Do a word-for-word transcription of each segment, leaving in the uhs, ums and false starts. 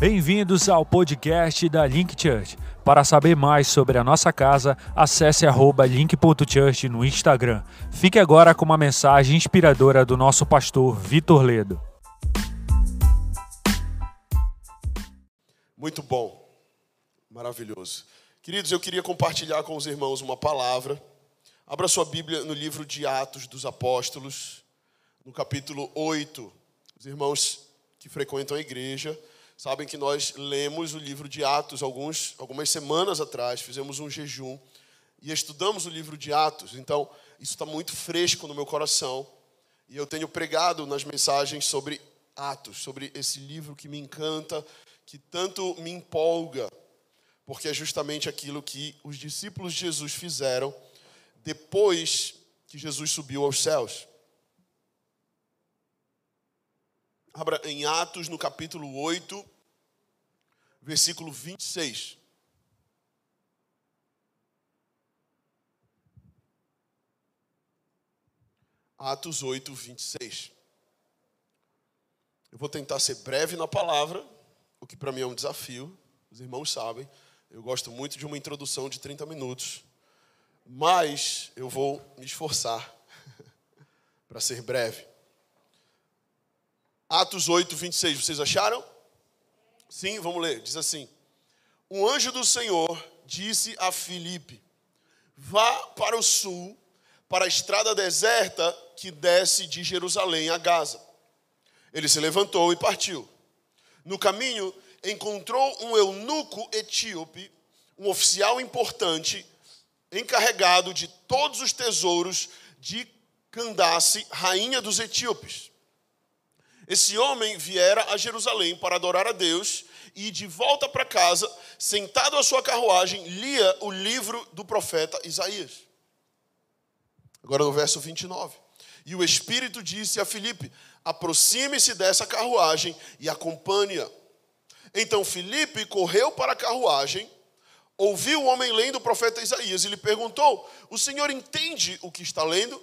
Bem-vindos ao podcast da Link Church. Para saber mais sobre a nossa casa, acesse arroba link ponto church no Instagram. Fique agora com uma mensagem inspiradora do nosso pastor Vitor Ledo. Muito bom, maravilhoso. Queridos, eu queria compartilhar com os irmãos uma palavra. Abra sua Bíblia no livro de Atos dos Apóstolos, no capítulo oito. Os irmãos que frequentam a igreja sabem que nós lemos o livro de Atos alguns, algumas semanas atrás, fizemos um jejum e estudamos o livro de Atos. Então, isso está muito fresco no meu coração e eu tenho pregado nas mensagens sobre Atos, sobre esse livro que me encanta, que tanto me empolga, porque é justamente aquilo que os discípulos de Jesus fizeram depois que Jesus subiu aos céus. Abra em Atos, no capítulo oito, versículo vinte e seis. Atos oito, vinte e seis. Eu vou tentar ser breve na palavra, o que para mim é um desafio. Os irmãos sabem, eu gosto muito de uma introdução de trinta minutos, mas eu vou me esforçar para ser breve. Atos oito, vinte e seis, vocês acharam? Sim, vamos ler. Diz assim: um anjo do Senhor disse a Filipe: vá para o sul, para a estrada deserta que desce de Jerusalém a Gaza. Ele se levantou e partiu. No caminho, encontrou um eunuco etíope, um oficial importante, encarregado de todos os tesouros de Candace, rainha dos etíopes. Esse homem viera a Jerusalém para adorar a Deus e, de volta para casa, sentado à sua carruagem, lia o livro do profeta Isaías. Agora no verso vinte e nove. E o Espírito disse a Filipe: aproxime-se dessa carruagem e acompanhe-a. Então Filipe correu para a carruagem, ouviu o homem lendo o profeta Isaías e lhe perguntou: o senhor entende o que está lendo?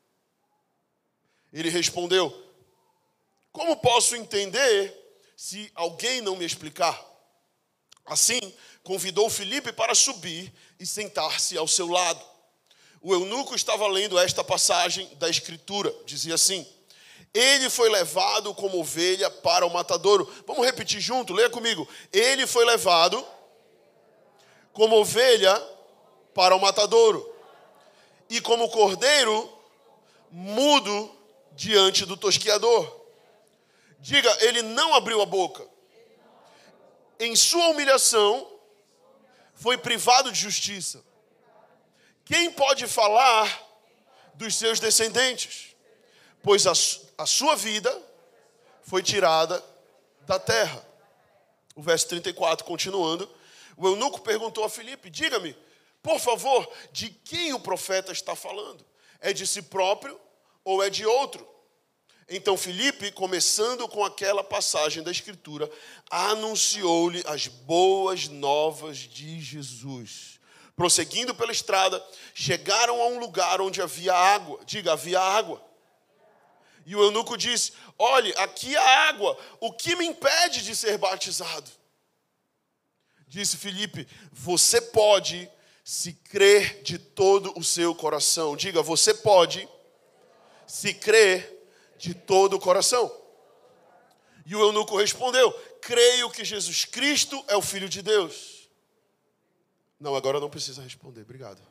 Ele respondeu: como posso entender se alguém não me explicar? Assim, convidou Filipe para subir e sentar-se ao seu lado. O eunuco estava lendo esta passagem da Escritura. Dizia assim: ele foi levado como ovelha para o matadouro. Vamos repetir junto, leia comigo. Ele foi levado como ovelha para o matadouro, e como cordeiro mudo diante do tosquiador. Diga, ele não abriu a boca. Em sua humilhação, foi privado de justiça. Quem pode falar dos seus descendentes? Pois a, a sua vida foi tirada da terra. O verso trinta e quatro, continuando. O eunuco perguntou a Filipe: diga-me, por favor, de quem o profeta está falando? É de si próprio ou é de outro? Então Filipe, começando com aquela passagem da Escritura, anunciou-lhe as boas novas de Jesus. Prosseguindo pela estrada, chegaram a um lugar onde havia água. Diga, havia água. E o eunuco disse: olhe, aqui há água, o que me impede de ser batizado? Disse Filipe: você pode, se crer de todo o seu coração. Diga, você pode, se crer de todo o coração. E o eunuco respondeu: creio que Jesus Cristo é o Filho de Deus. Não, agora não precisa responder, obrigado.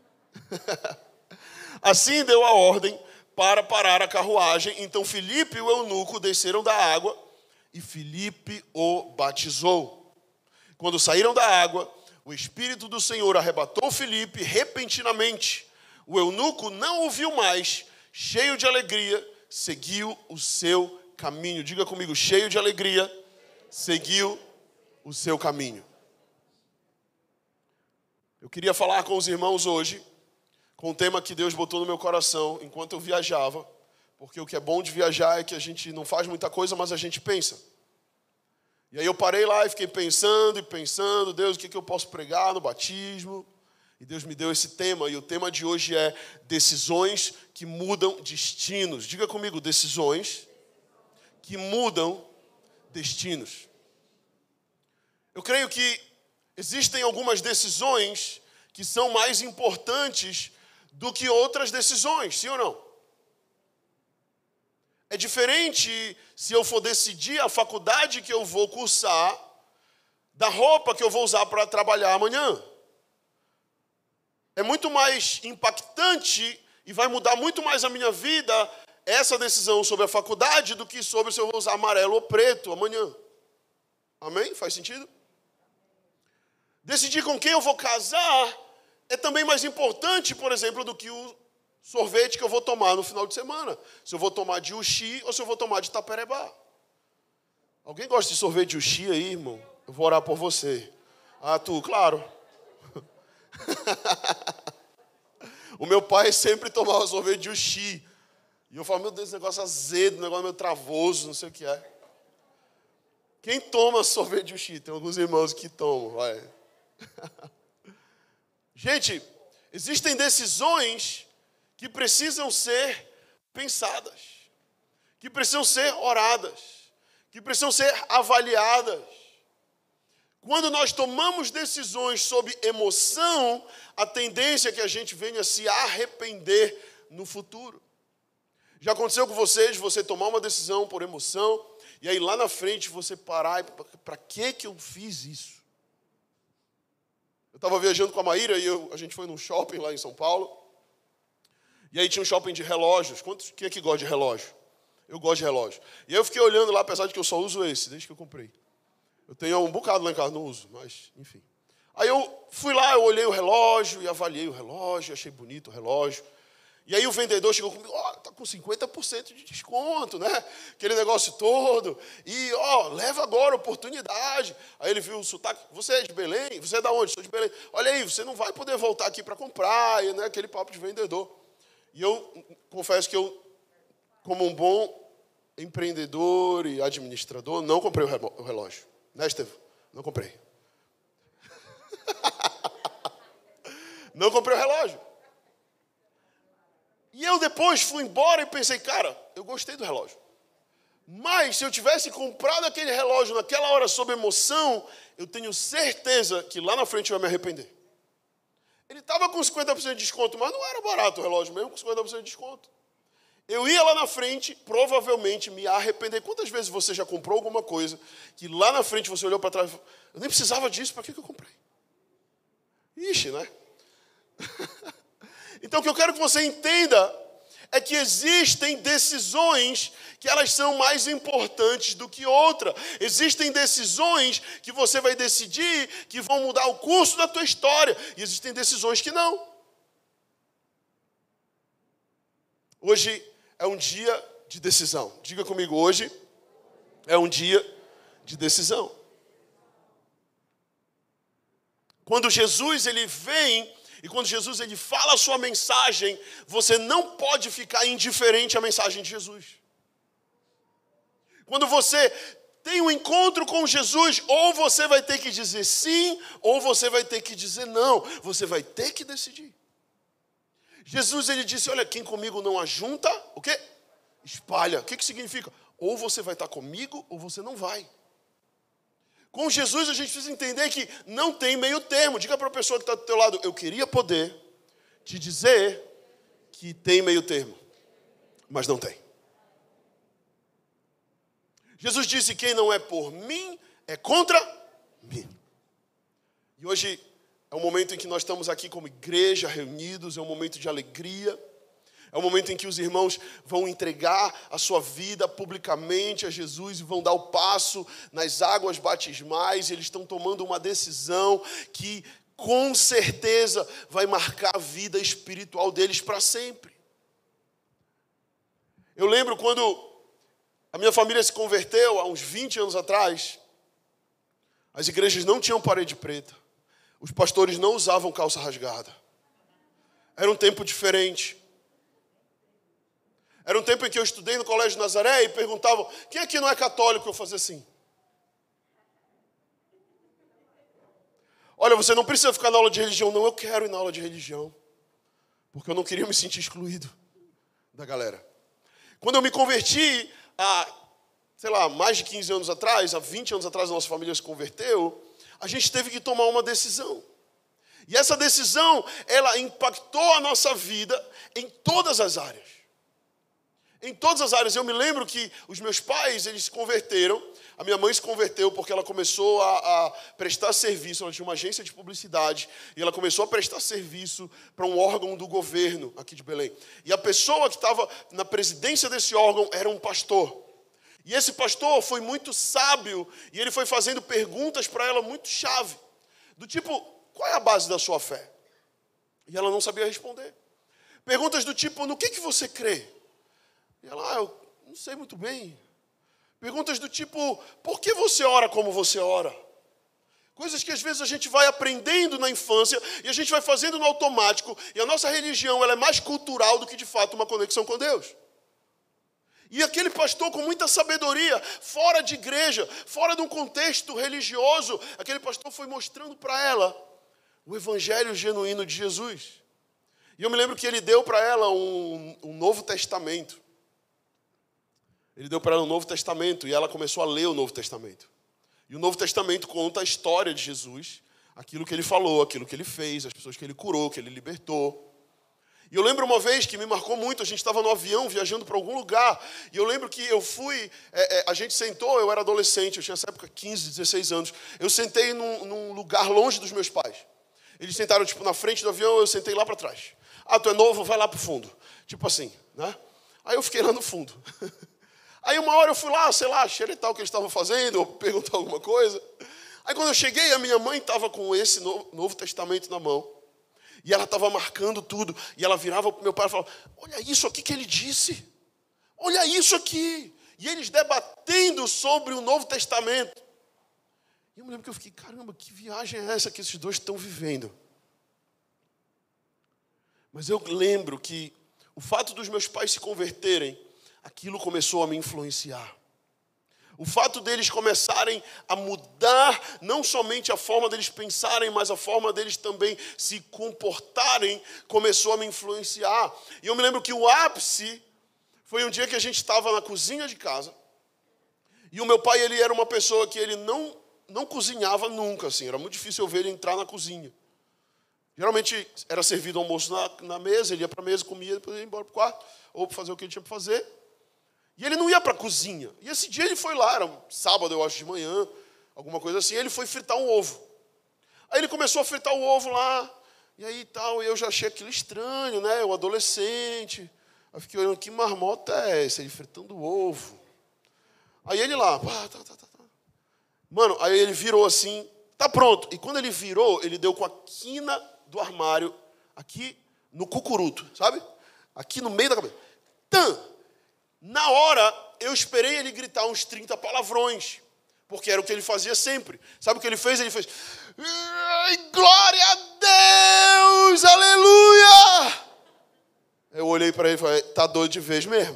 Assim deu a ordem para parar a carruagem. Então Filipe e o eunuco desceram da água e Filipe o batizou. Quando saíram da água, o Espírito do Senhor arrebatou Filipe repentinamente. O eunuco não ouviu mais, cheio de alegria, seguiu o seu caminho. Diga comigo, cheio de alegria, seguiu o seu caminho. Eu queria falar com os irmãos hoje, com um tema que Deus botou no meu coração enquanto eu viajava, porque o que é bom de viajar é que a gente não faz muita coisa, mas a gente pensa. E aí eu parei lá e fiquei pensando e pensando: Deus, o que, que eu posso pregar no batismo? E Deus me deu esse tema, e o tema de hoje é decisões que mudam destinos. Diga comigo, decisões que mudam destinos. Eu creio que existem algumas decisões que são mais importantes do que outras decisões, sim ou não? É diferente se eu for decidir a faculdade que eu vou cursar, da roupa que eu vou usar para trabalhar amanhã. É muito mais impactante e vai mudar muito mais a minha vida essa decisão sobre a faculdade do que sobre se eu vou usar amarelo ou preto amanhã. Amém? Faz sentido? Decidir com quem eu vou casar é também mais importante, por exemplo, do que o sorvete que eu vou tomar no final de semana. Se eu vou tomar de uxi ou se eu vou tomar de taperebá. Alguém gosta de sorvete de uxi aí, irmão? Eu vou orar por você. Ah, tu, claro. O meu pai sempre tomava sorvete de uxi. E eu falo, meu Deus, esse negócio azedo, um negócio meio travoso, não sei o que é. Quem toma sorvete de uxi? Tem alguns irmãos que tomam, vai. Gente, existem decisões que precisam ser pensadas, que precisam ser oradas, que precisam ser avaliadas. Quando nós tomamos decisões sob emoção, a tendência é que a gente venha se arrepender no futuro. Já aconteceu com vocês, você tomar uma decisão por emoção, e aí lá na frente você parar e, para que que eu fiz isso? Eu estava viajando com a Maíra e eu, a gente foi num shopping lá em São Paulo, e aí tinha um shopping de relógios. Quantos, quem é que gosta de relógio? Eu gosto de relógio. E aí eu fiquei olhando lá, apesar de que eu só uso esse, desde que eu comprei. Eu tenho um bocado lá em casa, não uso, mas enfim. Aí eu fui lá, eu olhei o relógio e avaliei o relógio, achei bonito o relógio. E aí o vendedor chegou comigo, ó, oh, tá com cinquenta por cento de desconto, né? Aquele negócio todo. E, ó, oh, leva agora a oportunidade. Aí ele viu o sotaque, você é de Belém? Você é da onde? Sou de Belém. Olha aí, você não vai poder voltar aqui para comprar, né? Aquele papo de vendedor. E eu confesso que eu, como um bom empreendedor e administrador, não comprei o relógio. Né, Estevão? Não comprei. Não comprei o relógio. E eu depois fui embora e pensei, cara, eu gostei do relógio. Mas se eu tivesse comprado aquele relógio naquela hora sob emoção, eu tenho certeza que lá na frente eu ia me arrepender. Ele estava com cinquenta por cento de desconto, mas não era barato o relógio mesmo com cinquenta por cento de desconto. Eu ia lá na frente, provavelmente me arrepender. Quantas vezes você já comprou alguma coisa que lá na frente você olhou para trás e falou, eu nem precisava disso, para que eu comprei? Ixi, né? Então, o que eu quero que você entenda é que existem decisões que elas são mais importantes do que outra. Existem decisões que você vai decidir que vão mudar o curso da tua história. E existem decisões que não. Hoje é um dia de decisão. Diga comigo, hoje é um dia de decisão. Quando Jesus ele vem... E quando Jesus ele fala a sua mensagem, você não pode ficar indiferente à mensagem de Jesus. Quando você tem um encontro com Jesus, ou você vai ter que dizer sim, ou você vai ter que dizer não. Você vai ter que decidir. Jesus ele disse, olha, quem comigo não ajunta, o quê? Espalha. O que que significa? Ou você vai estar comigo, ou você não vai. Com Jesus a gente precisa entender que não tem meio termo. Diga para a pessoa que está do teu lado, eu queria poder te dizer que tem meio termo, mas não tem. Jesus disse, quem não é por mim, é contra mim. E hoje é um momento em que nós estamos aqui como igreja, reunidos, é um momento de alegria. É o momento em que os irmãos vão entregar a sua vida publicamente a Jesus e vão dar o passo nas águas batismais. E eles estão tomando uma decisão que, com certeza, vai marcar a vida espiritual deles para sempre. Eu lembro quando a minha família se converteu, há uns vinte anos atrás, as igrejas não tinham parede preta. Os pastores não usavam calça rasgada. Era um tempo diferente. Era um tempo em que eu estudei no Colégio Nazaré e perguntavam, quem aqui não é católico? Eu fazia assim. Olha, você não precisa ficar na aula de religião. Não, eu quero ir na aula de religião. Porque eu não queria me sentir excluído da galera. Quando eu me converti, há, sei lá, mais de quinze anos atrás, há vinte anos atrás a nossa família se converteu, a gente teve que tomar uma decisão. E essa decisão, ela impactou a nossa vida em todas as áreas. Em todas as áreas. Eu me lembro que os meus pais, eles se converteram. A minha mãe se converteu porque ela começou a, a prestar serviço. Ela tinha uma agência de publicidade. E ela começou a prestar serviço para um órgão do governo aqui de Belém. E a pessoa que estava na presidência desse órgão era um pastor. E esse pastor foi muito sábio. E ele foi fazendo perguntas para ela muito chave. Do tipo, qual é a base da sua fé? E ela não sabia responder. Perguntas do tipo, no que, que você crê? E ela, ah, eu não sei muito bem. Perguntas do tipo, por que você ora como você ora? Coisas que às vezes a gente vai aprendendo na infância e a gente vai fazendo no automático. E a nossa religião ela é mais cultural do que de fato uma conexão com Deus. E aquele pastor com muita sabedoria, fora de igreja, fora de um contexto religioso, aquele pastor foi mostrando para ela o evangelho genuíno de Jesus. E eu me lembro que ele deu para ela um, um Novo Testamento. Ele deu para ela um Novo Testamento e ela começou a ler o Novo Testamento. E o Novo Testamento conta a história de Jesus, aquilo que ele falou, aquilo que ele fez, as pessoas que ele curou, que ele libertou. E eu lembro uma vez que me marcou muito, a gente estava no avião viajando para algum lugar, e eu lembro que eu fui, é, é, a gente sentou, eu era adolescente, eu tinha nessa época quinze, dezesseis anos, eu sentei num, num lugar longe dos meus pais. Eles sentaram tipo na frente do avião, eu sentei lá para trás. Ah, tu é novo, vai lá para o fundo. Tipo assim, né? Aí eu fiquei lá no fundo. Aí uma hora eu fui lá, sei lá, xeretar o que eles estavam fazendo, ou perguntar alguma coisa. Aí quando eu cheguei, a minha mãe estava com esse Novo, Novo Testamento na mão. E ela estava marcando tudo. E ela virava para o meu pai e falava, olha isso aqui que ele disse. Olha isso aqui. E eles debatendo sobre o Novo Testamento. E eu me lembro que eu fiquei, caramba, que viagem é essa que esses dois estão vivendo? Mas eu lembro que o fato dos meus pais se converterem, aquilo começou a me influenciar. O fato deles começarem a mudar, não somente a forma deles pensarem, mas a forma deles também se comportarem, começou a me influenciar. E eu me lembro que o ápice foi um dia que a gente estava na cozinha de casa, e o meu pai, ele era uma pessoa que ele não, não cozinhava nunca, assim, era muito difícil eu ver ele entrar na cozinha. Geralmente era servido almoço na, na mesa, ele ia para a mesa, comia, depois ia embora para o quarto, ou para fazer o que ele tinha para fazer. E ele não ia para a cozinha. E esse dia ele foi lá, era um sábado, eu acho, de manhã, alguma coisa assim, ele foi fritar um ovo. Aí ele começou a fritar o ovo lá, e aí tal, e eu já achei aquilo estranho, né, o adolescente. Aí eu fiquei olhando, que marmota é essa, ele fritando o ovo. Aí ele lá, pá, tá, tá, tá, tá. Mano, aí ele virou assim, tá pronto. E quando ele virou, ele deu com a quina do armário, aqui no cucuruto, sabe? Aqui no meio da cabeça. Tam! Na hora, eu esperei ele gritar uns trinta palavrões, porque era o que ele fazia sempre. Sabe o que ele fez? Ele fez, glória a Deus, aleluia! Eu olhei para ele e falei, tá doido de vez mesmo?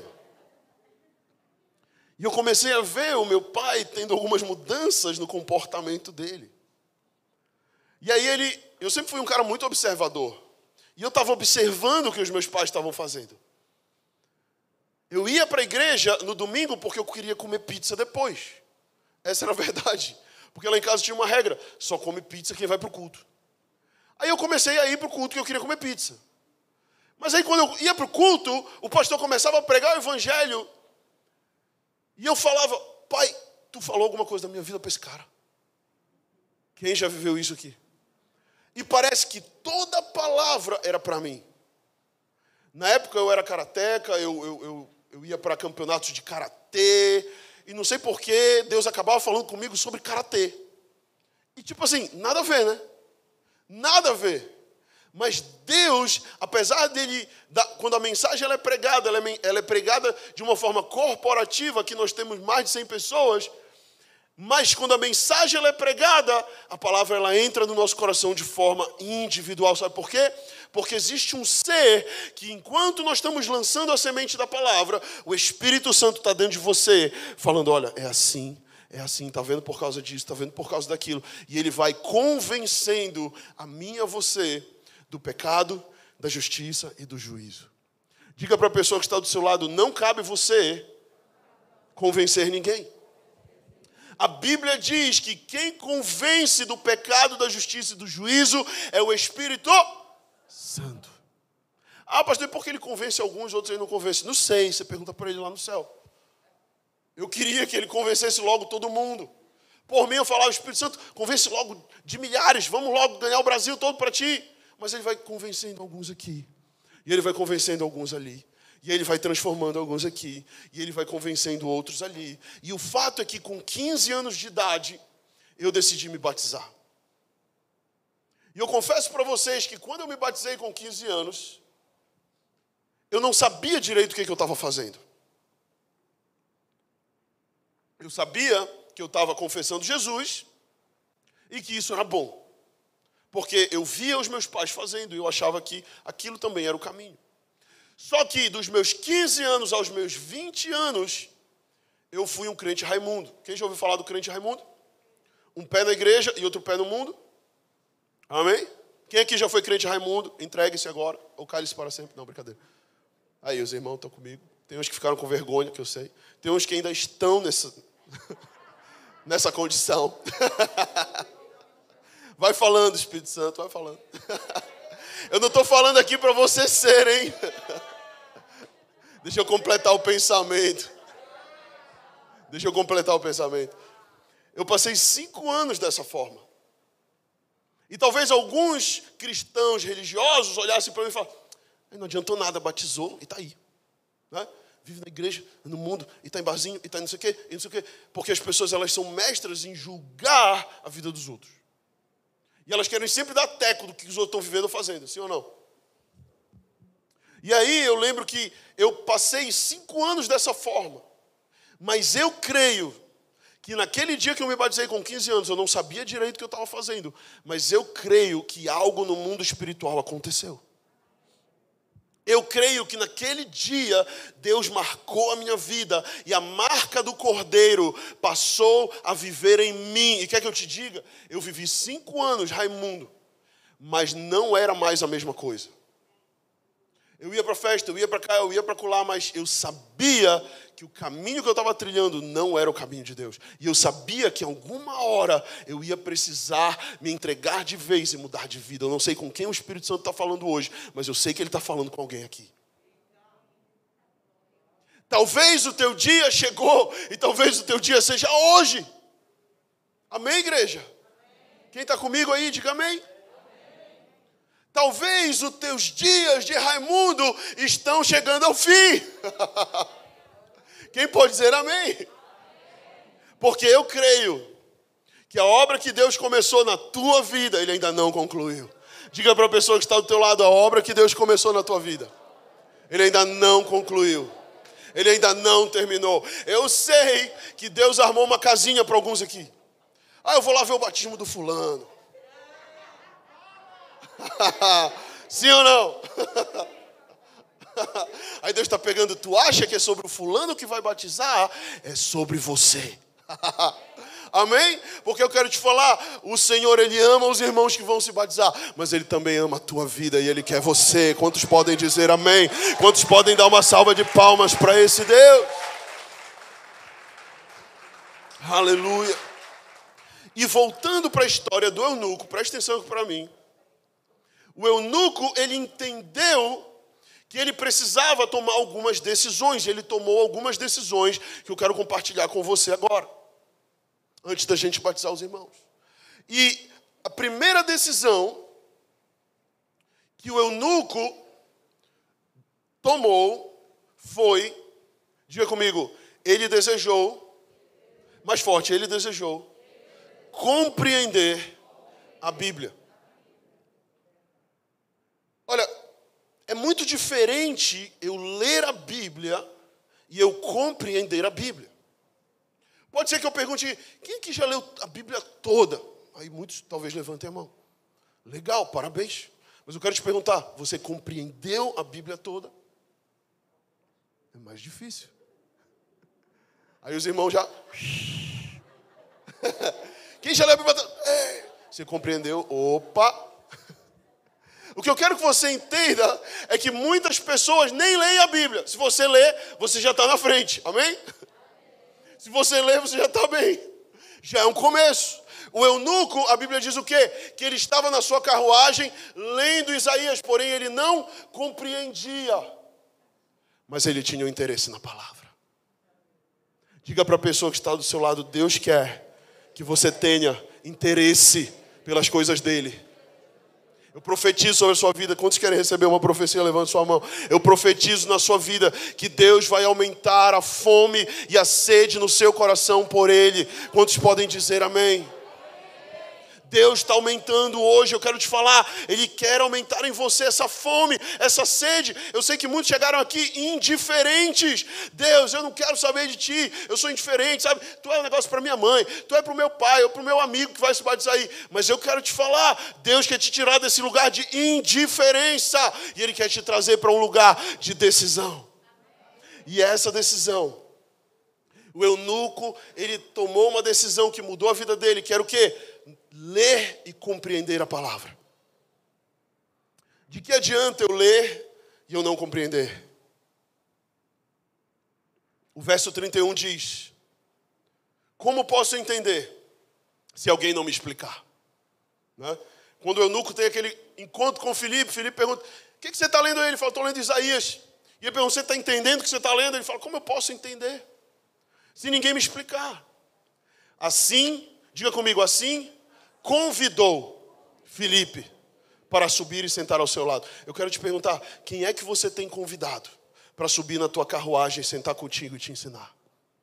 E eu comecei a ver o meu pai tendo algumas mudanças no comportamento dele. E aí ele, eu sempre fui um cara muito observador. E eu estava observando o que os meus pais estavam fazendo. Eu ia para a igreja no domingo porque eu queria comer pizza depois. Essa era a verdade. Porque lá em casa tinha uma regra, só come pizza quem vai para o culto. Aí eu comecei a ir para o culto que eu queria comer pizza. Mas aí quando eu ia para o culto, o pastor começava a pregar o evangelho. E eu falava, pai, tu falou alguma coisa da minha vida para esse cara? Quem já viveu isso aqui? E parece que toda palavra era para mim. Na época eu era karateca, eu, eu, eu, eu ia para campeonatos de karatê, e não sei porquê, Deus acabava falando comigo sobre karatê. E tipo assim, nada a ver, né? Nada a ver. Mas Deus, apesar dele, quando a mensagem ela é pregada, ela é, ela é pregada de uma forma corporativa, que nós temos mais de cem pessoas, mas quando a mensagem ela é pregada, a palavra ela entra no nosso coração de forma individual. Sabe por quê? Porque existe um ser que enquanto nós estamos lançando a semente da palavra, o Espírito Santo está dentro de você, falando, olha, é assim, é assim, está vendo por causa disso, está vendo por causa daquilo. E ele vai convencendo a mim e a você do pecado, da justiça e do juízo. Diga para a pessoa que está do seu lado, não cabe você convencer ninguém. A Bíblia diz que quem convence do pecado, da justiça e do juízo é o Espírito Santo. Ah, pastor, e por que ele convence alguns, outros ele não convence? Não sei, você pergunta para ele lá no céu. Eu queria que ele convencesse logo todo mundo. Por mim eu falava, o Espírito Santo convence logo de milhares, vamos logo ganhar o Brasil todo para ti. Mas ele vai convencendo alguns aqui, e ele vai convencendo alguns ali. E ele vai transformando alguns aqui. E ele vai convencendo outros ali. E o fato é que com quinze anos de idade, eu decidi me batizar. E eu confesso para vocês que quando eu me batizei com quinze anos, eu não sabia direito o que eu estava fazendo. Eu sabia que eu estava confessando Jesus e que isso era bom. Porque eu via os meus pais fazendo e eu achava que aquilo também era o caminho. Só que dos meus quinze anos aos meus vinte anos, eu fui um crente Raimundo. Quem já ouviu falar do crente Raimundo? Um pé na igreja e outro pé no mundo. Amém? Quem aqui já foi crente Raimundo? Entregue-se agora, ou cale-se para sempre. Não, brincadeira. Aí, os irmãos estão comigo. Tem uns que ficaram com vergonha, que eu sei. Tem uns que ainda estão nessa, nessa condição. Vai falando, Espírito Santo, vai falando. Eu não estou falando aqui para você ser, hein? Deixa eu completar o pensamento. Deixa eu completar o pensamento. Eu passei cinco anos dessa forma. E talvez alguns cristãos religiosos olhassem para mim e falassem, não adiantou nada, batizou e está aí. Né? Vive na igreja, no mundo, e está em barzinho, e está não sei o quê, e não sei o quê. Porque as pessoas elas são mestras em julgar a vida dos outros. E elas querem sempre dar teco do que os outros estão vivendo ou fazendo, sim ou não? E aí eu lembro que eu passei cinco anos dessa forma. Mas eu creio que naquele dia que eu me batizei com quinze anos, eu não sabia direito o que eu estava fazendo. Mas eu creio que algo no mundo espiritual aconteceu. Eu creio que naquele dia Deus marcou a minha vida e a marca do Cordeiro passou a viver em mim. E quer que eu te diga? Eu vivi cinco anos, Raimundo, mas não era mais a mesma coisa. Eu ia para a festa, eu ia para cá, eu ia para colar, mas eu sabia que o caminho que eu estava trilhando não era o caminho de Deus. E eu sabia que em alguma hora eu ia precisar me entregar de vez e mudar de vida. Eu não sei com quem o Espírito Santo está falando hoje, mas eu sei que ele está falando com alguém aqui. Talvez o teu dia chegou e talvez o teu dia seja hoje. Amém, igreja? Quem está comigo aí, diga amém. Talvez os teus dias de Raimundo estão chegando ao fim. Quem pode dizer amém? Porque eu creio que a obra que Deus começou na tua vida, Ele ainda não concluiu. Diga para a pessoa que está do teu lado, a obra que Deus começou na tua vida, Ele ainda não concluiu. Ele ainda não terminou. Eu sei que Deus armou uma casinha para alguns aqui. Ah, eu vou lá ver o batismo do fulano. Sim ou não? Aí Deus está pegando, tu acha que é sobre o fulano que vai batizar? É sobre você. Amém? Porque eu quero te falar, o Senhor, Ele ama os irmãos que vão se batizar, mas Ele também ama a tua vida e Ele quer você. Quantos podem dizer amém? Quantos podem dar uma salva de palmas para esse Deus? Aleluia. E voltando para a história do eunuco, presta atenção para mim. O eunuco, ele entendeu que ele precisava tomar algumas decisões. Ele tomou algumas decisões que eu quero compartilhar com você agora, antes da gente batizar os irmãos. E a primeira decisão que o eunuco tomou foi, diga comigo, ele desejou, mais forte, ele desejou compreender a Bíblia. Olha, é muito diferente eu ler a Bíblia e eu compreender a Bíblia. Pode ser que eu pergunte, quem que já leu a Bíblia toda? Aí muitos talvez levantem a mão. Legal, parabéns. Mas eu quero te perguntar, você compreendeu a Bíblia toda? É mais difícil. Aí os irmãos já... Quem já leu a Bíblia toda? É. Você compreendeu? Opa! O que eu quero que você entenda é que muitas pessoas nem leem a Bíblia. Se você lê, você já está na frente. Amém? Se você lê, você já está bem. Já é um começo. O eunuco, a Bíblia diz o quê? Que ele estava na sua carruagem lendo Isaías, porém ele não compreendia. Mas ele tinha um interesse na palavra. Diga para a pessoa que está do seu lado, Deus quer que você tenha interesse pelas coisas dele. Eu profetizo sobre a sua vida. Quantos querem receber uma profecia? Levante sua mão. Eu profetizo na sua vida que Deus vai aumentar a fome e a sede no seu coração por Ele. Quantos podem dizer amém? Deus está aumentando hoje, eu quero te falar, Ele quer aumentar em você essa fome, essa sede. Eu sei que muitos chegaram aqui indiferentes. Deus, eu não quero saber de Ti, eu sou indiferente, sabe? Tu é um negócio para minha mãe, Tu é para o meu pai, ou para o meu amigo que vai se batizar aí. Mas eu quero te falar, Deus quer te tirar desse lugar de indiferença, e Ele quer te trazer para um lugar de decisão. E essa decisão, o eunuco, ele tomou uma decisão que mudou a vida dele, que era o quê? Ler e compreender a palavra. De que adianta eu ler e eu não compreender? O verso trinta e um diz: como posso entender se alguém não me explicar? Né? Quando o eunuco tem aquele encontro com Filipe, Filipe pergunta: o que, que você está lendo aí? Ele fala: estou lendo Isaías. E ele pergunta: você está entendendo o que você está lendo? Ele fala: como eu posso entender se ninguém me explicar? Assim, diga comigo, assim convidou Filipe para subir e sentar ao seu lado. Eu quero te perguntar, quem é que você tem convidado para subir na tua carruagem, sentar contigo e te ensinar?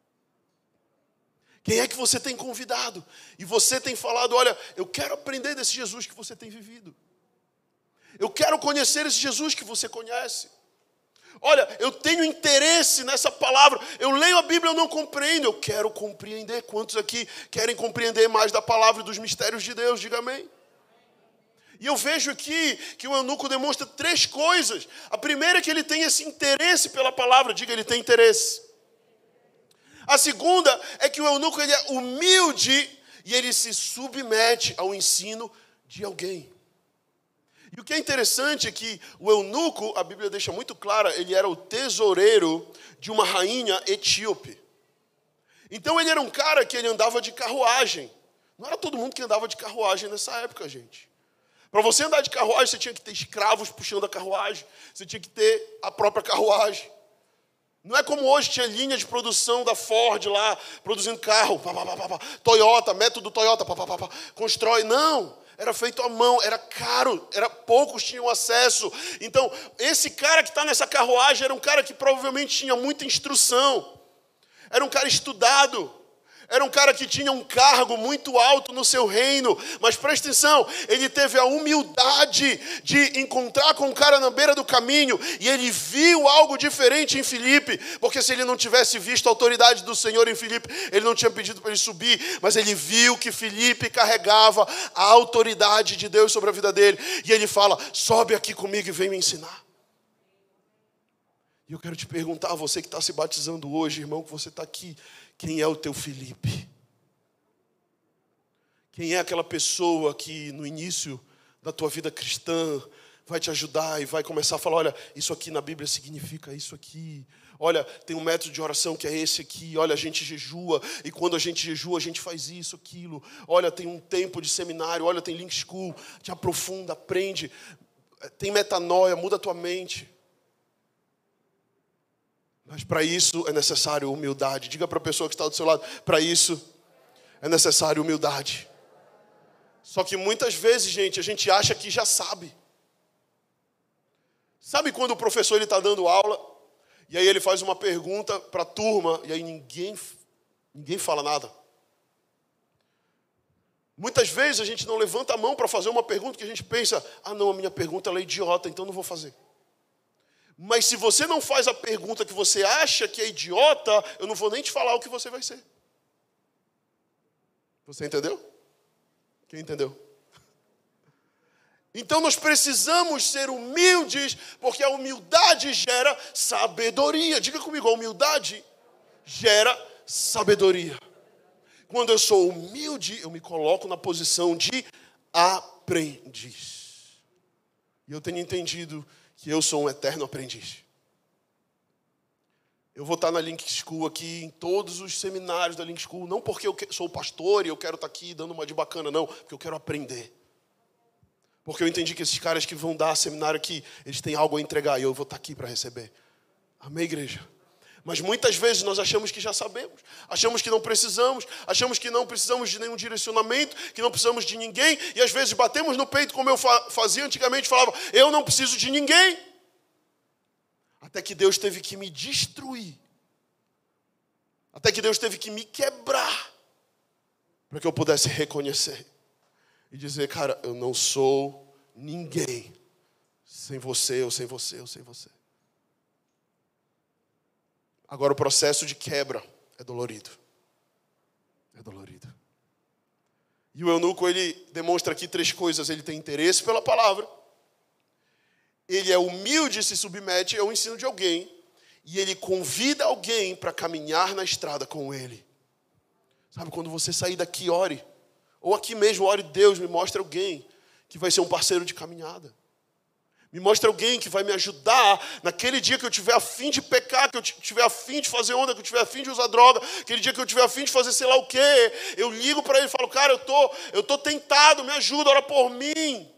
Quem é que você tem convidado? E você tem falado: olha, eu quero aprender desse Jesus que você tem vivido. Eu quero conhecer esse Jesus que você conhece. Olha, eu tenho interesse nessa palavra. Eu leio a Bíblia, eu não compreendo. Eu quero compreender. Quantos aqui querem compreender mais da palavra e dos mistérios de Deus? Diga amém. E eu vejo aqui que o eunuco demonstra três coisas. A primeira é que ele tem esse interesse pela palavra. Diga, ele tem interesse. A segunda é que o eunuco ele é humilde e ele se submete ao ensino de alguém. E o que é interessante é que o eunuco, a Bíblia deixa muito clara, ele era o tesoureiro de uma rainha etíope. Então ele era um cara que ele andava de carruagem. Não era todo mundo que andava de carruagem nessa época, gente. Para você andar de carruagem, você tinha que ter escravos puxando a carruagem. Você tinha que ter a própria carruagem. Não é como hoje, tinha linha de produção da Ford lá, produzindo carro. Pá, pá, pá, pá, Toyota, método Toyota, pá, pá, pá, pá, constrói. Não. Era feito à mão, era caro, era, poucos tinham acesso. Então, esse cara que está nessa carruagem era um cara que provavelmente tinha muita instrução. Era um cara estudado. Era um cara que tinha um cargo muito alto no seu reino. Mas presta atenção, ele teve a humildade de encontrar com um cara na beira do caminho. E ele viu algo diferente em Filipe. Porque se ele não tivesse visto a autoridade do Senhor em Filipe, ele não tinha pedido para ele subir. Mas ele viu que Filipe carregava a autoridade de Deus sobre a vida dele. E ele fala: sobe aqui comigo e vem me ensinar. E eu quero te perguntar, você que está se batizando hoje, irmão, que você está aqui, quem é o teu Filipe? Quem é aquela pessoa que no início da tua vida cristã vai te ajudar e vai começar a falar: olha, isso aqui na Bíblia significa isso aqui. Olha, tem um método de oração que é esse aqui. Olha, a gente jejua e quando a gente jejua a gente faz isso, aquilo. Olha, tem um tempo de seminário. Olha, tem Link School. Te aprofunda, aprende. Tem metanoia, muda a tua mente. Mas para isso é necessário humildade. Diga para a pessoa que está do seu lado: para isso é necessário humildade. Só que muitas vezes, gente, a gente acha que já sabe. Sabe quando o professor está dando aula, e aí ele faz uma pergunta para a turma, e aí ninguém, ninguém fala nada? Muitas vezes a gente não levanta a mão para fazer uma pergunta que a gente pensa: ah não, a minha pergunta ela é idiota, então não vou fazer. Mas se você não faz a pergunta que você acha que é idiota, eu não vou nem te falar o que você vai ser. Você entendeu? Quem entendeu? Então nós precisamos ser humildes, porque a humildade gera sabedoria. Diga comigo, a humildade gera sabedoria. Quando eu sou humilde, eu me coloco na posição de aprendiz. E eu tenho entendido que eu sou um eterno aprendiz. Eu vou estar na Link School aqui, em todos os seminários da Link School, não porque eu sou pastor e eu quero estar aqui dando uma de bacana, não, porque eu quero aprender. Porque eu entendi que esses caras que vão dar seminário aqui, eles têm algo a entregar e eu vou estar aqui para receber. Amém, igreja? Mas muitas vezes nós achamos que já sabemos, achamos que não precisamos, achamos que não precisamos de nenhum direcionamento, que não precisamos de ninguém, e às vezes batemos no peito como eu fazia antigamente, falava, eu não preciso de ninguém. Até que Deus teve que me destruir, até que Deus teve que me quebrar, para que eu pudesse reconhecer e dizer, cara, eu não sou ninguém sem você, ou sem você, ou sem você. Agora o processo de quebra é dolorido. É dolorido. E o eunuco, ele demonstra aqui três coisas. Ele tem interesse pela palavra. Ele é humilde e se submete ao ensino de alguém. E ele convida alguém para caminhar na estrada com ele. Sabe, quando você sair daqui, ore. Ou aqui mesmo, ore, Deus, me mostra alguém que vai ser um parceiro de caminhada. Me mostra alguém que vai me ajudar naquele dia que eu tiver a fim de pecar, que eu tiver a fim de fazer onda, que eu tiver a fim de usar droga, aquele dia que eu tiver a fim de fazer sei lá o quê. Eu ligo para ele e falo, cara, eu tô, eu tô tentado, me ajuda, ora por mim.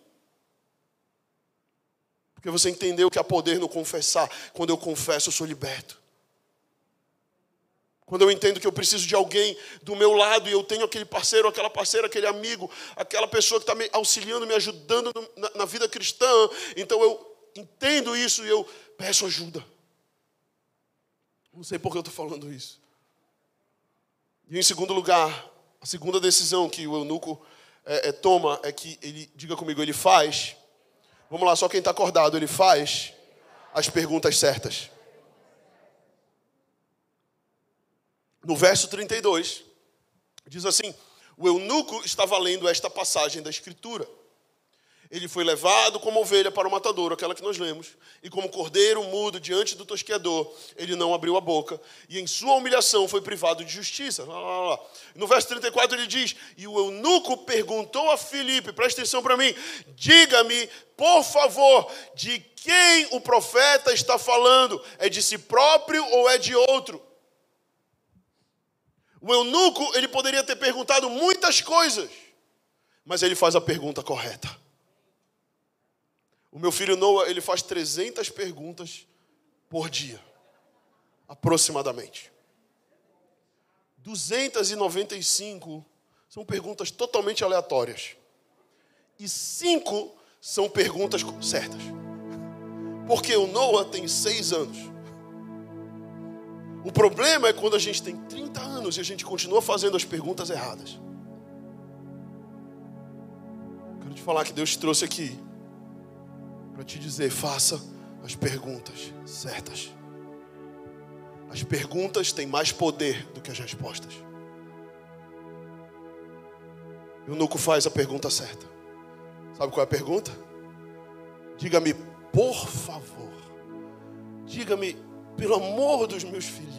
Porque você entendeu que há poder no confessar. Quando eu confesso, eu sou liberto. Quando eu entendo que eu preciso de alguém do meu lado e eu tenho aquele parceiro, aquela parceira, aquele amigo, aquela pessoa que está me auxiliando, me ajudando na, na vida cristã, então eu entendo isso e eu peço ajuda. Não sei por que eu estou falando isso. E em segundo lugar, a segunda decisão que o eunuco é, é, toma é que ele, diga comigo, ele faz, vamos lá, só quem está acordado, ele faz as perguntas certas. No verso trinta e dois, diz assim, o eunuco estava lendo esta passagem da Escritura. Ele foi levado como ovelha para o matadouro, aquela que nós lemos, e como cordeiro mudo diante do tosqueador, ele não abriu a boca, e em sua humilhação foi privado de justiça. Lá, lá, lá. No verso trinta e quatro ele diz, e o eunuco perguntou a Filipe, presta atenção para mim, diga-me, por favor, de quem o profeta está falando? É de si próprio ou é de outro? O eunuco, ele poderia ter perguntado muitas coisas, mas ele faz a pergunta correta. O meu filho Noah, ele faz trezentas perguntas por dia, aproximadamente. duzentas e noventa e cinco são perguntas totalmente aleatórias. E cinco são perguntas certas. Porque o Noah tem seis anos. O problema é quando a gente tem trinta anos e a gente continua fazendo as perguntas erradas. Quero te falar que Deus te trouxe aqui para te dizer, faça as perguntas certas. As perguntas têm mais poder do que as respostas. O eunuco faz a pergunta certa. Sabe qual é a pergunta? Diga-me, por favor. Diga-me, pelo amor dos meus filhinhos.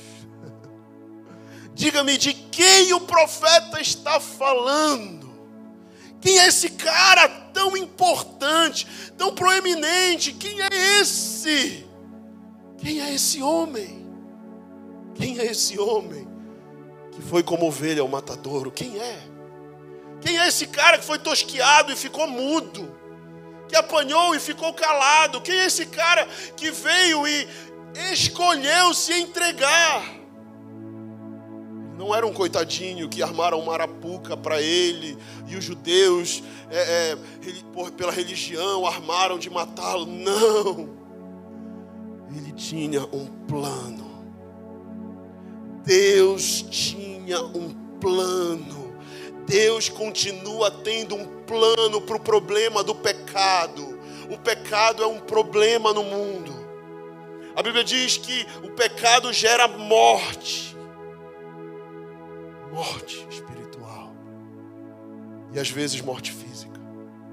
Diga-me de quem o profeta está falando. Quem é esse cara tão importante, tão proeminente? Quem é esse? Quem é esse homem? Quem é esse homem que foi como ovelha ao matadouro? Quem é? Quem é esse cara que foi tosqueado e ficou mudo? Que apanhou e ficou calado? Quem é esse cara que veio e escolheu se entregar? Não era um coitadinho que armaram uma arapuca para ele e os judeus, é, é, por, pela religião, armaram de matá-lo. Não. Ele tinha um plano. Deus tinha um plano. Deus continua tendo um plano para o problema do pecado. O pecado é um problema no mundo. A Bíblia diz que o pecado gera morte. Morte espiritual. E às vezes morte física.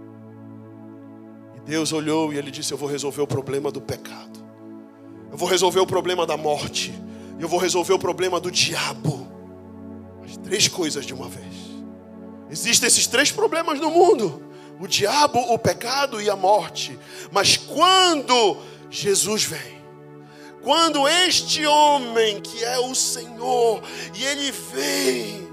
E Deus olhou e Ele disse, eu vou resolver o problema do pecado. Eu vou resolver o problema da morte. Eu vou resolver o problema do diabo. As três coisas de uma vez. Existem esses três problemas no mundo. O diabo, o pecado e a morte. Mas quando Jesus vem, Quando este homem, que é o Senhor, e ele vem,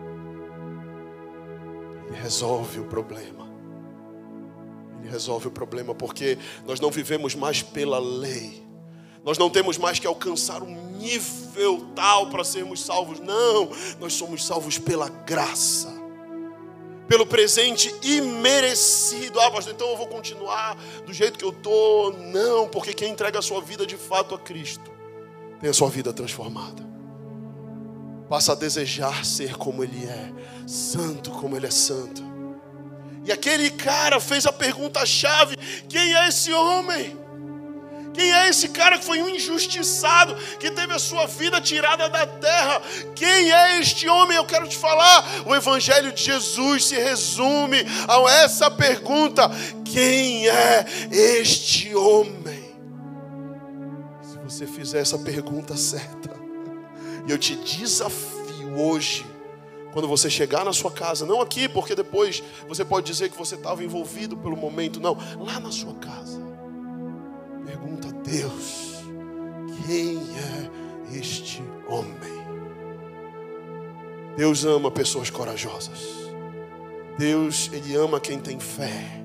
ele resolve o problema. Ele resolve o problema porque nós não vivemos mais pela lei. Nós não temos mais que alcançar um nível tal para sermos salvos. Não, nós somos salvos pela graça. Pelo presente imerecido. Ah, pastor, então eu vou continuar do jeito que eu estou. Não, porque quem entrega a sua vida de fato a Cristo tem a sua vida transformada. Passa a desejar ser como Ele é, santo como Ele é santo. E aquele cara fez a pergunta-chave: quem é esse homem? Quem é esse cara que foi um injustiçado, que teve a sua vida tirada da terra? Quem é este homem? Eu quero te falar, o Evangelho de Jesus se resume a essa pergunta: quem é este homem? Se você fizer essa pergunta certa, e eu te desafio hoje, quando você chegar na sua casa, não aqui, porque depois você pode dizer que você estava envolvido pelo momento, não, lá na sua casa, pergunta a Deus: quem é este homem? Deus ama pessoas corajosas. Deus, Ele ama quem tem fé.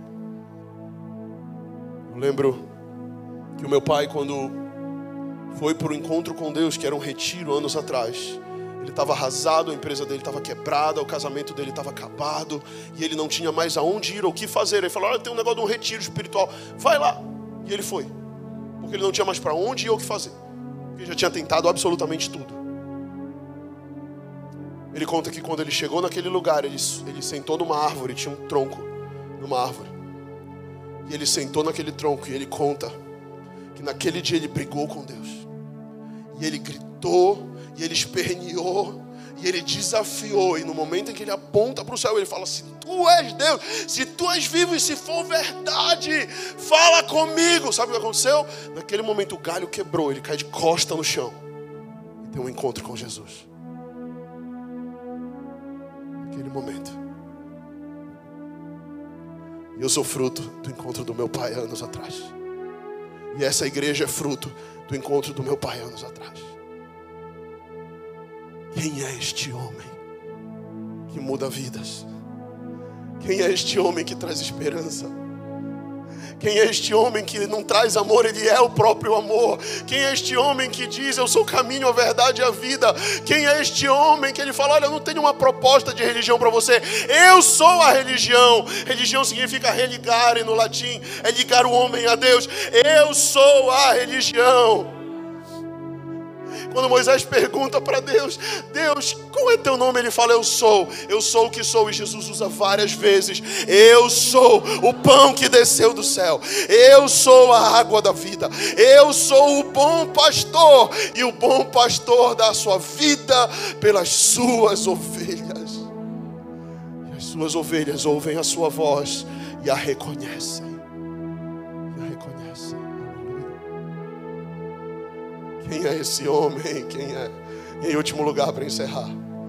Eu lembro que o meu pai, quando foi para o encontro com Deus, que era um retiro anos atrás, ele estava arrasado, a empresa dele estava quebrada, o casamento dele estava acabado, e ele não tinha mais aonde ir ou o que fazer. Ele falou: olha, tem um negócio de um retiro espiritual, vai lá. E ele foi, porque ele não tinha mais para onde ir ou o que fazer, porque ele já tinha tentado absolutamente tudo. Ele conta que quando ele chegou naquele lugar, ele, ele sentou numa árvore, tinha um tronco numa árvore, e ele sentou naquele tronco, e ele conta que naquele dia ele brigou com Deus, e ele gritou, e ele esperneou, e ele desafiou. E no momento em que ele aponta para o céu, ele fala: se tu és Deus, se tu és vivo e se for verdade, fala comigo. Sabe o que aconteceu? Naquele momento o galho quebrou, ele cai de costa no chão e tem um encontro com Jesus. Naquele momento. E eu sou fruto do encontro do meu pai anos atrás. E essa igreja é fruto do encontro do meu pai anos atrás. Quem é este homem que muda vidas? Quem é este homem que traz esperança? Quem é este homem que não traz amor? Ele é o próprio amor. Quem é este homem que diz: eu sou o caminho, a verdade e a vida? Quem é este homem que ele fala: olha, eu não tenho uma proposta de religião para você, eu sou a religião. Religião significa religar, e no latim é ligar o homem a Deus. Eu sou a religião. Quando Moisés pergunta para Deus: Deus, qual é teu nome? Ele fala: eu sou, eu sou o que sou. E Jesus usa várias vezes: eu sou o pão que desceu do céu, eu sou a água da vida, eu sou o bom pastor, e o bom pastor dá a sua vida pelas suas ovelhas. E as suas ovelhas ouvem a sua voz e a reconhecem. Quem é esse homem? Quem é? E em último lugar, para encerrar,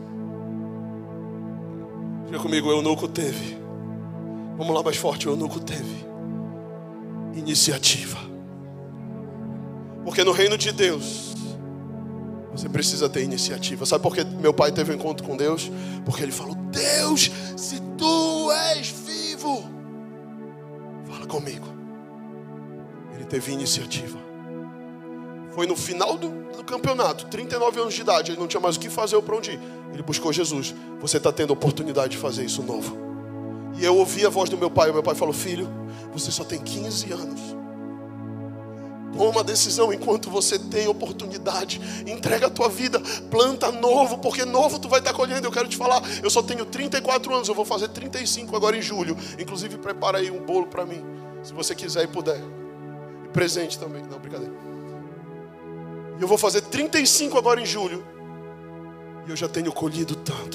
diga comigo: o eunuco teve, vamos lá mais forte, o eunuco teve iniciativa. Porque no reino de Deus você precisa ter iniciativa. Sabe por que meu pai teve um encontro com Deus? Porque ele falou: Deus, se tu és vivo, fala comigo. Ele teve iniciativa. Foi no final do, do campeonato, trinta e nove anos de idade, ele não tinha mais o que fazer ou para onde ir. Ele buscou Jesus. Você está tendo a oportunidade de fazer isso novo. E eu ouvi a voz do meu pai. O meu pai falou: filho, você só tem quinze anos. Toma uma decisão enquanto você tem oportunidade. Entrega a tua vida, planta novo, porque novo tu vai estar colhendo. Eu quero te falar, eu só tenho trinta e quatro anos, eu vou fazer trinta e cinco agora em julho. Inclusive prepara aí um bolo para mim, se você quiser e puder. E presente também, não, brincadeira. E eu vou fazer trinta e cinco agora em julho. E eu já tenho colhido tanto.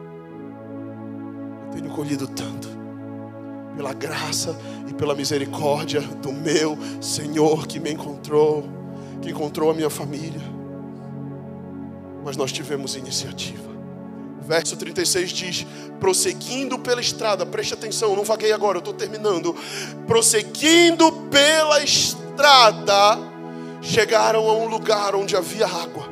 Eu tenho colhido tanto. Pela graça e pela misericórdia do meu Senhor, que me encontrou, que encontrou a minha família. Mas nós tivemos iniciativa. Verso trinta e seis diz: prosseguindo pela estrada, preste atenção, não vaguei agora, eu estou terminando. Prosseguindo pela estrada chegaram a um lugar onde havia água.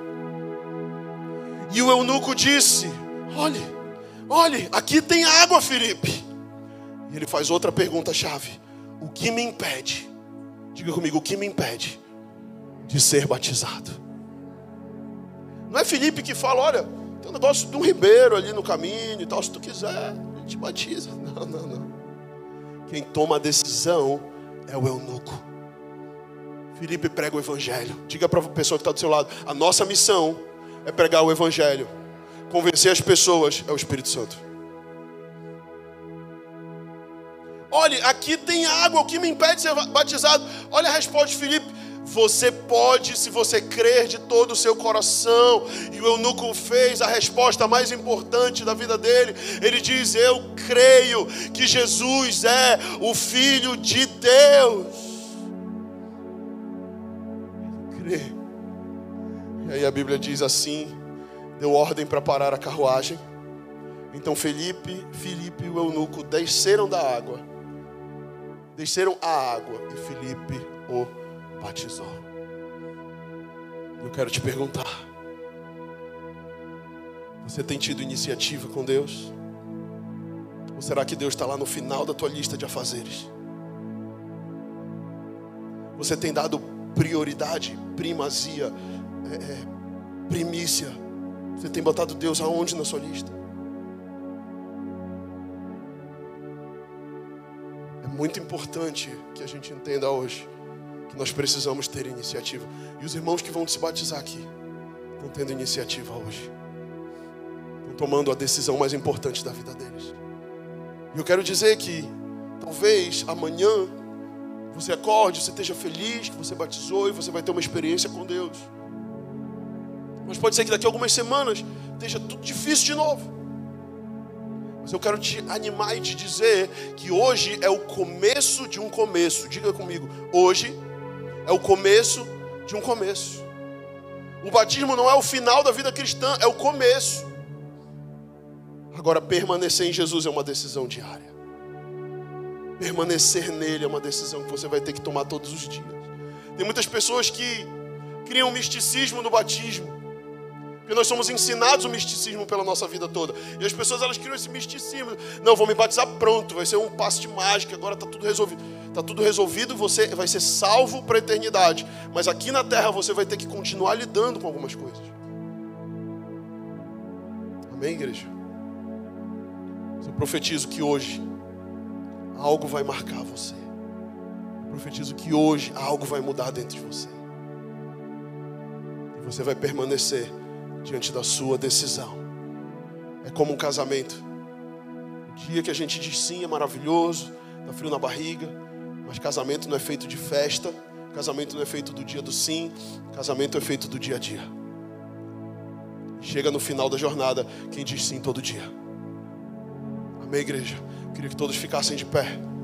E o eunuco disse: olhe, olhe, aqui tem água, Filipe. E ele faz outra pergunta-chave: o que me impede? Diga comigo, o que me impede de ser batizado? Não é Filipe que fala: olha, tem um negócio de um ribeiro ali no caminho e tal, se tu quiser, a gente batiza. Não, não, não. Quem toma a decisão é o eunuco. Filipe prega o evangelho. Diga para a pessoa que está do seu lado: a nossa missão é pregar o evangelho. Convencer as pessoas é o Espírito Santo. Olha, aqui tem água, o que me impede de ser batizado? Olha a resposta de Filipe: você pode, se você crer de todo o seu coração. E o eunuco fez a resposta mais importante da vida dele. Ele diz: eu creio que Jesus é o Filho de Deus. Ele crê. E aí a Bíblia diz assim: deu ordem para parar a carruagem. Então Filipe, Filipe e o eunuco desceram da água. Desceram a água e Filipe o batizou. Eu quero te perguntar: você tem tido iniciativa com Deus? Ou será que Deus está lá no final da tua lista de afazeres? Você tem dado prioridade, primazia, é, é, primícia? Você tem botado Deus aonde na sua lista? É muito importante que a gente entenda hoje que nós precisamos ter iniciativa. E os irmãos que vão se batizar aqui estão tendo iniciativa hoje. Estão tomando a decisão mais importante da vida deles. E eu quero dizer que talvez amanhã você acorde, você esteja feliz que você batizou e você vai ter uma experiência com Deus. Mas pode ser que daqui a algumas semanas esteja tudo difícil de novo. Mas eu quero te animar e te dizer que hoje é o começo de um começo. Diga comigo: hoje é o começo de um começo. O batismo não é o final da vida cristã, é o começo. Agora, permanecer em Jesus é uma decisão diária. Permanecer nele é uma decisão que você vai ter que tomar todos os dias. Tem muitas pessoas que criam misticismo no batismo, porque nós somos ensinados o misticismo pela nossa vida toda. E as pessoas, elas criam esse misticismo. Não, vou me batizar pronto, vai ser um passe de mágica, agora está tudo resolvido. Está tudo resolvido, você vai ser salvo para a eternidade. Mas aqui na terra você vai ter que continuar lidando com algumas coisas. Amém, igreja? Eu profetizo que hoje algo vai marcar você. Eu profetizo que hoje algo vai mudar dentro de você. E você vai permanecer diante da sua decisão. É como um casamento. O dia que a gente diz sim é maravilhoso, dá frio na barriga, mas casamento não é feito de festa, casamento não é feito do dia do sim, casamento é feito do dia a dia. Chega no final da jornada quem diz sim todo dia. Amém, igreja? Eu queria que todos ficassem de pé.